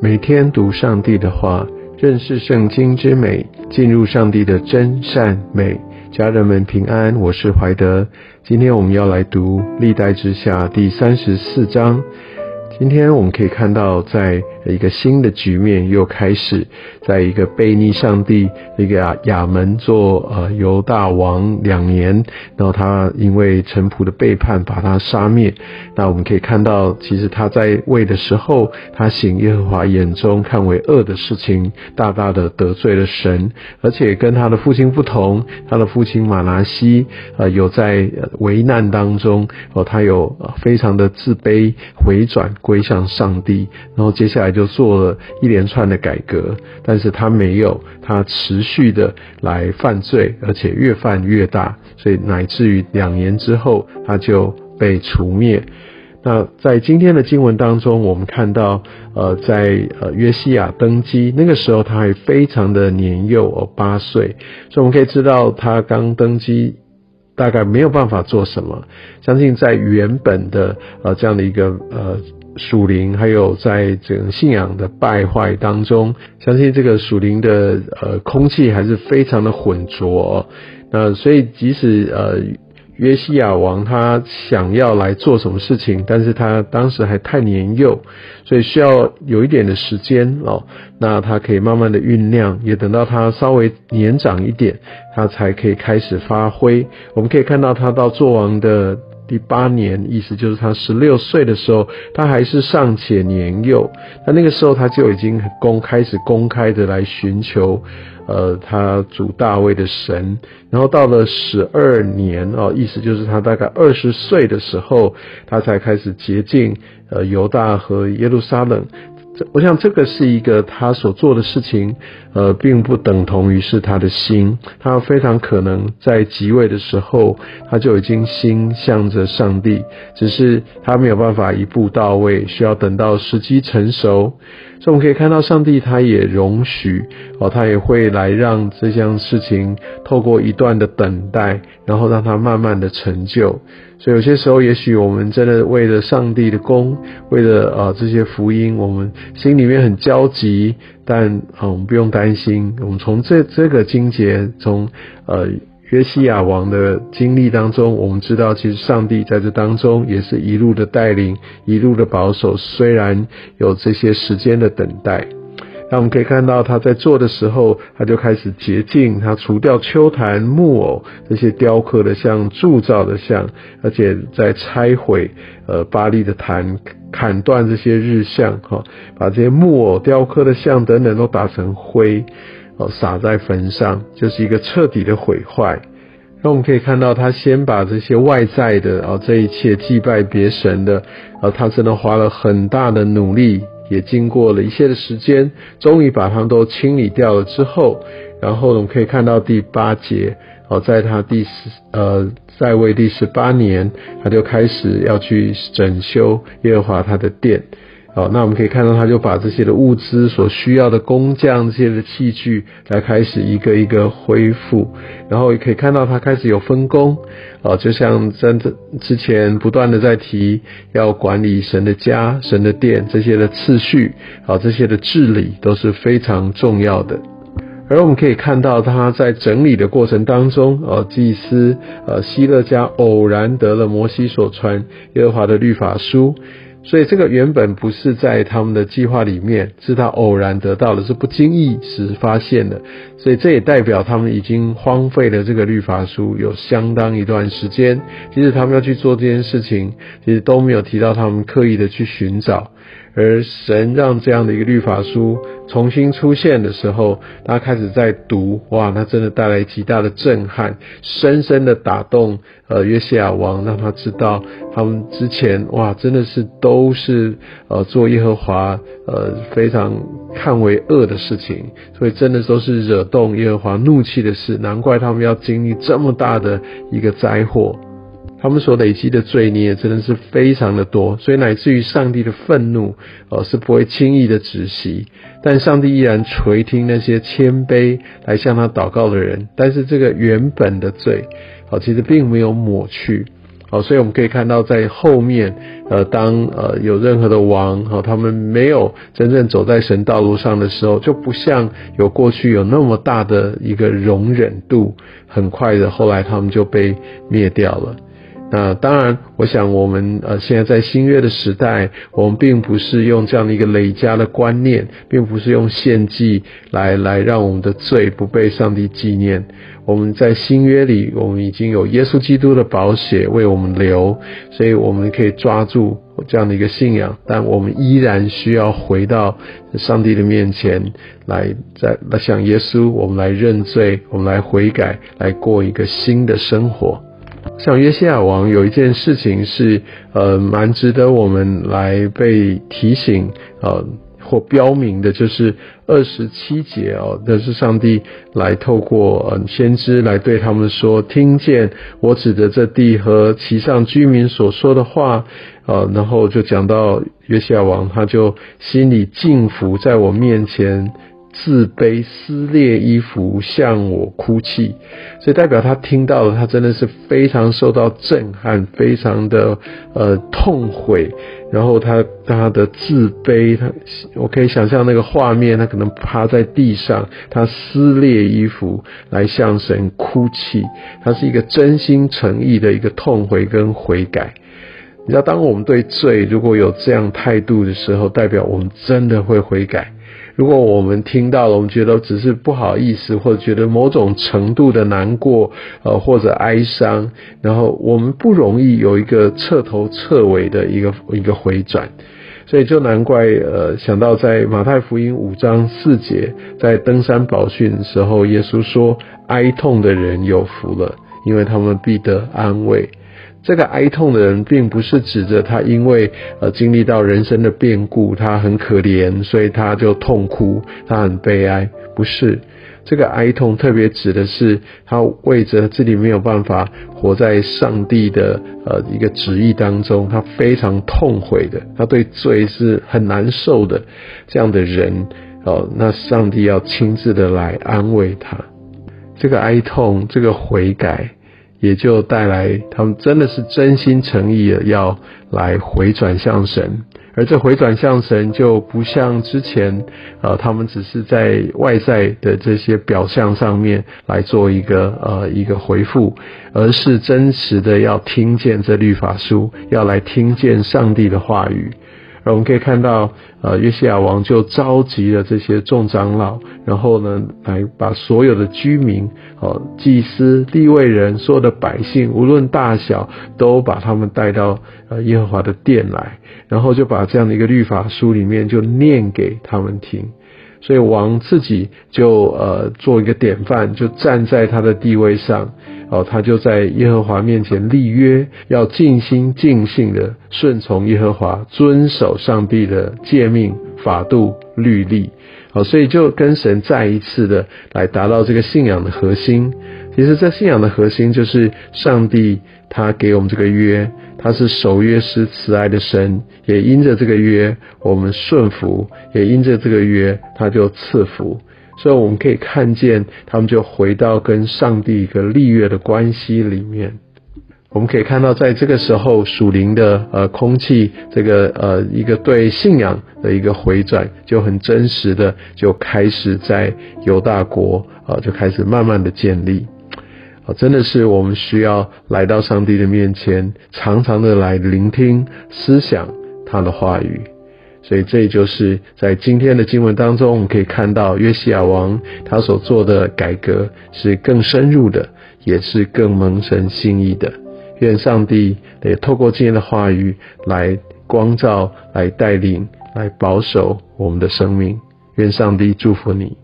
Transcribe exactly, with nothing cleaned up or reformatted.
每天读上帝的话，认识圣经之美，进入上帝的真善美。家人们平安，我是怀德。今天我们要来读历代志下第三十四章。今天我们可以看到，在一个新的局面又开始，在一个背逆上帝一个亚门做呃犹大王两年，然后他因为臣仆的背叛把他杀灭。那我们可以看到，其实他在位的时候，他行耶和华眼中看为恶的事情，大大的得罪了神，而且跟他的父亲不同，他的父亲马拿西呃有在危难当中哦，他有非常的自卑回转归向上帝，然后接下来就做了一连串的改革，但是他没有，他持续的来犯罪，而且越犯越大，所以乃至于两年之后他就被除灭。那在今天的经文当中，我们看到呃在呃约西亚登基，那个时候他还非常的年幼哦，八岁，所以我们可以知道他刚登基大概没有办法做什么。相信在原本的呃这样的一个呃属灵，还有在整个信仰的败坏当中，相信这个属灵的呃空气还是非常的浑浊哦。那所以即使呃约西亚王他想要来做什么事情，但是他当时还太年幼，所以需要有一点的时间哦。那他可以慢慢的酝酿，也等到他稍微年长一点，他才可以开始发挥。我们可以看到他到做王的第八年，意思就是他十六岁的时候，他还是尚且年幼，那那个时候他就已经公开始公开的来寻求呃他主大卫的神。然后到了十二年哦，意思就是他大概二十岁的时候，他才开始洁净呃犹大和耶路撒冷。我想这个是一个他所做的事情呃，并不等同于是他的心，他非常可能在即位的时候他就已经心向着上帝，只是他没有办法一步到位，需要等到时机成熟。所以我们可以看到上帝他也容许哦，他也会来让这项事情透过一段的等待，然后让它慢慢的成就。所以有些时候也许我们真的为了上帝的功，为了呃这些福音，我们心里面很焦急，但呃我们不用担心，我们从这这个经节，从呃约西亚王的经历当中，我们知道其实上帝在这当中也是一路的带领，一路的保守，虽然有这些时间的等待。那我们可以看到他在做的时候，他就开始洁净，他除掉丘坛、木偶这些雕刻的像、铸造的像，而且在拆毁呃巴力的坛，砍断这些日像哈，把这些木偶雕刻的像等等都打成灰哦，撒在坟上，就是一个彻底的毁坏。那我们可以看到他先把这些外在的哦这一切祭拜别神的哦，他真的花了很大的努力，也经过了一些的时间，终于把他们都清理掉了之后，然后我们可以看到第八节哦，在他第十呃在位第十八年，他就开始要去整修耶和华他的殿。好，那我们可以看到他就把这些的物资所需要的工匠这些的器具来开始一个一个恢复，然后也可以看到他开始有分工哦，就像在之前不断的在提要管理神的家、神的殿这些的次序，好，这些的治理都是非常重要的。而我们可以看到他在整理的过程当中，呃，祭司呃希勒家偶然得了摩西所传耶和华的律法书，所以这个原本不是在他们的计划里面，是他偶然得到的，是不经意时发现的，所以这也代表他们已经荒废了这个律法书有相当一段时间。即使他们要去做这件事情，其实都没有提到他们刻意的去寻找。而神让这样的一个律法书重新出现的时候，他开始在读，哇，那真的带来极大的震撼，深深的打动呃约西亚王，让他知道他们之前哇真的是都是呃做耶和华呃非常看为恶的事情，所以真的都是惹动耶和华怒气的事，难怪他们要经历这么大的一个灾祸。他们所累积的罪孽真的是非常的多，所以乃至于上帝的愤怒呃是不会轻易的止息，但上帝依然垂听那些谦卑来向他祷告的人，但是这个原本的罪呃其实并没有抹去， 好，所以我们可以看到在后面呃当呃有任何的王好，他们没有真正走在神道路上的时候，就不像有过去有那么大的一个容忍度，很快的后来他们就被灭掉了。那当然我想我们呃现在在新约的时代，我们并不是用这样的一个累加的观念，并不是用献祭来来让我们的罪不被上帝纪念。我们在新约里，我们已经有耶稣基督的宝血为我们流，所以我们可以抓住这样的一个信仰，但我们依然需要回到上帝的面前来，再来向耶稣，我们来认罪，我们来悔改，来过一个新的生活。像约西亚王有一件事情是呃蛮值得我们来被提醒呃或标明的，就是二十七节哦，那是上帝来透过呃先知来对他们说，听见我指着这地和其上居民所说的话，呃然后就讲到约西亚王他就心里敬服，在我面前自卑，撕裂衣服，向我哭泣。所以代表他听到了，他真的是非常受到震撼，非常的呃痛悔，然后他他的自卑，他我可以想象那个画面，他可能趴在地上，他撕裂衣服来向神哭泣，他是一个真心诚意的一个痛悔跟悔改。你知道，当我们对罪如果有这样态度的时候，代表我们真的会悔改。如果我们听到了，我们觉得只是不好意思，或者觉得某种程度的难过，呃，或者哀伤，然后我们不容易有一个彻头彻尾的一个一个回转。所以就难怪呃想到在马太福音五章四节，在登山宝训的时候，耶稣说哀痛的人有福了，因为他们必得安慰。这个哀痛的人并不是指着他因为呃经历到人生的变故，他很可怜，所以他就痛哭，他很悲哀，不是。这个哀痛特别指的是他为着自己没有办法活在上帝的呃一个旨意当中，他非常痛悔的，他对罪是很难受的，这样的人呃那上帝要亲自的来安慰他。这个哀痛，这个悔改，也就带来他们真的是真心诚意的要来回转向神。而这回转向神就不像之前呃他们只是在外在的这些表象上面来做一个呃一个回复，而是真实的要听见这律法书，要来听见上帝的话语。而我们可以看到呃约西亚王就召集了这些众长老，然后呢来把所有的居民呃祭司、利未人、所有的百姓无论大小都把他们带到呃耶和华的殿来，然后就把这样的一个律法书里面就念给他们听。所以王自己就呃做一个典范，就站在他的地位上，哦，他就在耶和华面前立约，要尽心尽性的顺从耶和华，遵守上帝的诫命、法度、律例。好，所以就跟神再一次的来达到这个信仰的核心。其实这信仰的核心就是上帝他给我们这个约，他是守约施慈爱的神，也因着这个约我们顺服，也因着这个约他就赐福。所以我们可以看见他们就回到跟上帝一个立约的关系里面。我们可以看到在这个时候属灵的呃空气，这个呃一个对信仰的一个回转就很真实的就开始在犹大国呃就开始慢慢的建立。呃、真的是我们需要来到上帝的面前，常常的来聆听思想他的话语。所以这就是在今天的经文当中，我们可以看到约西亚王他所做的改革是更深入的，也是更蒙神心意的。愿上帝也透过今天的话语来光照，来带领，来保守我们的生命。愿上帝祝福你。